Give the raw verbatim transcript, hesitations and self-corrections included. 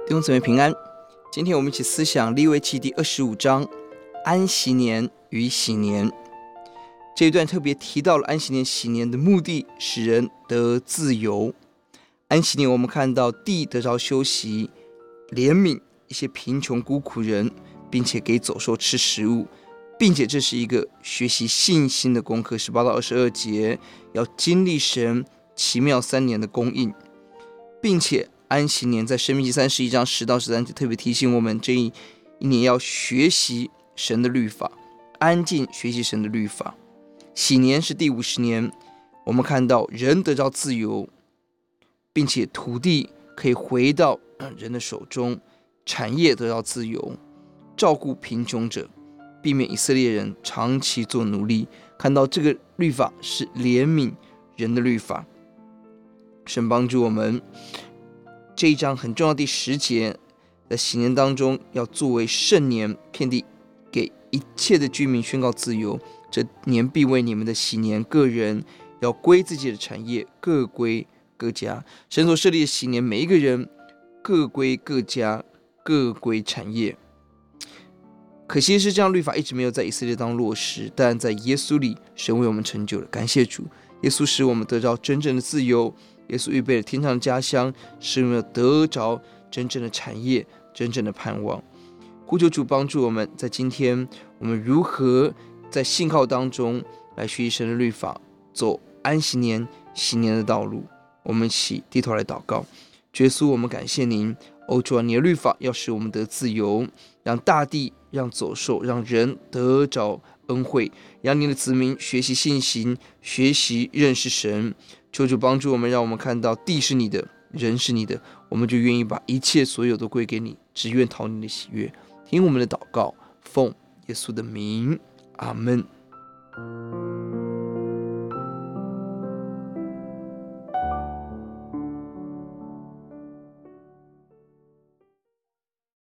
弟兄姊妹平安，今天我们一起思想利未记第二十五章安息年与喜年。这一段特别提到了安息年喜年的目的，使人得自由。安息年我们看到地得着休息，怜悯一些贫穷孤苦人，并且给走兽吃食物，并且这是一个学习信心的功课。十八到二十二节要经历神奇妙三年的供应，并且安息年在申命记三十一章十到十三节特别提醒我们，这一年要学习神的律法，安静学习神的律法。喜年是第五十年，我们看到人得着自由，并且土地可以回到人的手中，产业得到自由，照顾贫穷者，避免以色列人长期做奴隶。看到这个律法是怜悯人的律法。神帮助我们，这一章很重要，第十节在喜年当中要作为圣年，遍地给一切的居民宣告自由。这年必为你们的喜年，个人要归自己的产业，各归各家。神所设立的喜年，每一个人各归各家，各归产业。可惜是这样，律法一直没有在以色列当落实，但在耶稣里，神为我们成就了。感谢主，耶稣使我们得着真正的自由，耶稣预备了天上的家乡，使我们得着真正的产业，真正的盼望。呼求主帮助我们，在今天我们如何在信靠当中来学习神的律法，走安息年喜年的道路。我们一起低头来祷告。主耶稣，我们感谢您，哦主啊，你的律法要使我们得自由，让大地，让走兽，让人得着恩惠，让你的子民学习信心，学习认识神。求主帮助我们，让我们看到地是你的，人是你的，我们就愿意把一切所有都归给你，只愿讨你的喜悦。听我们的祷告，奉耶稣的名，阿们。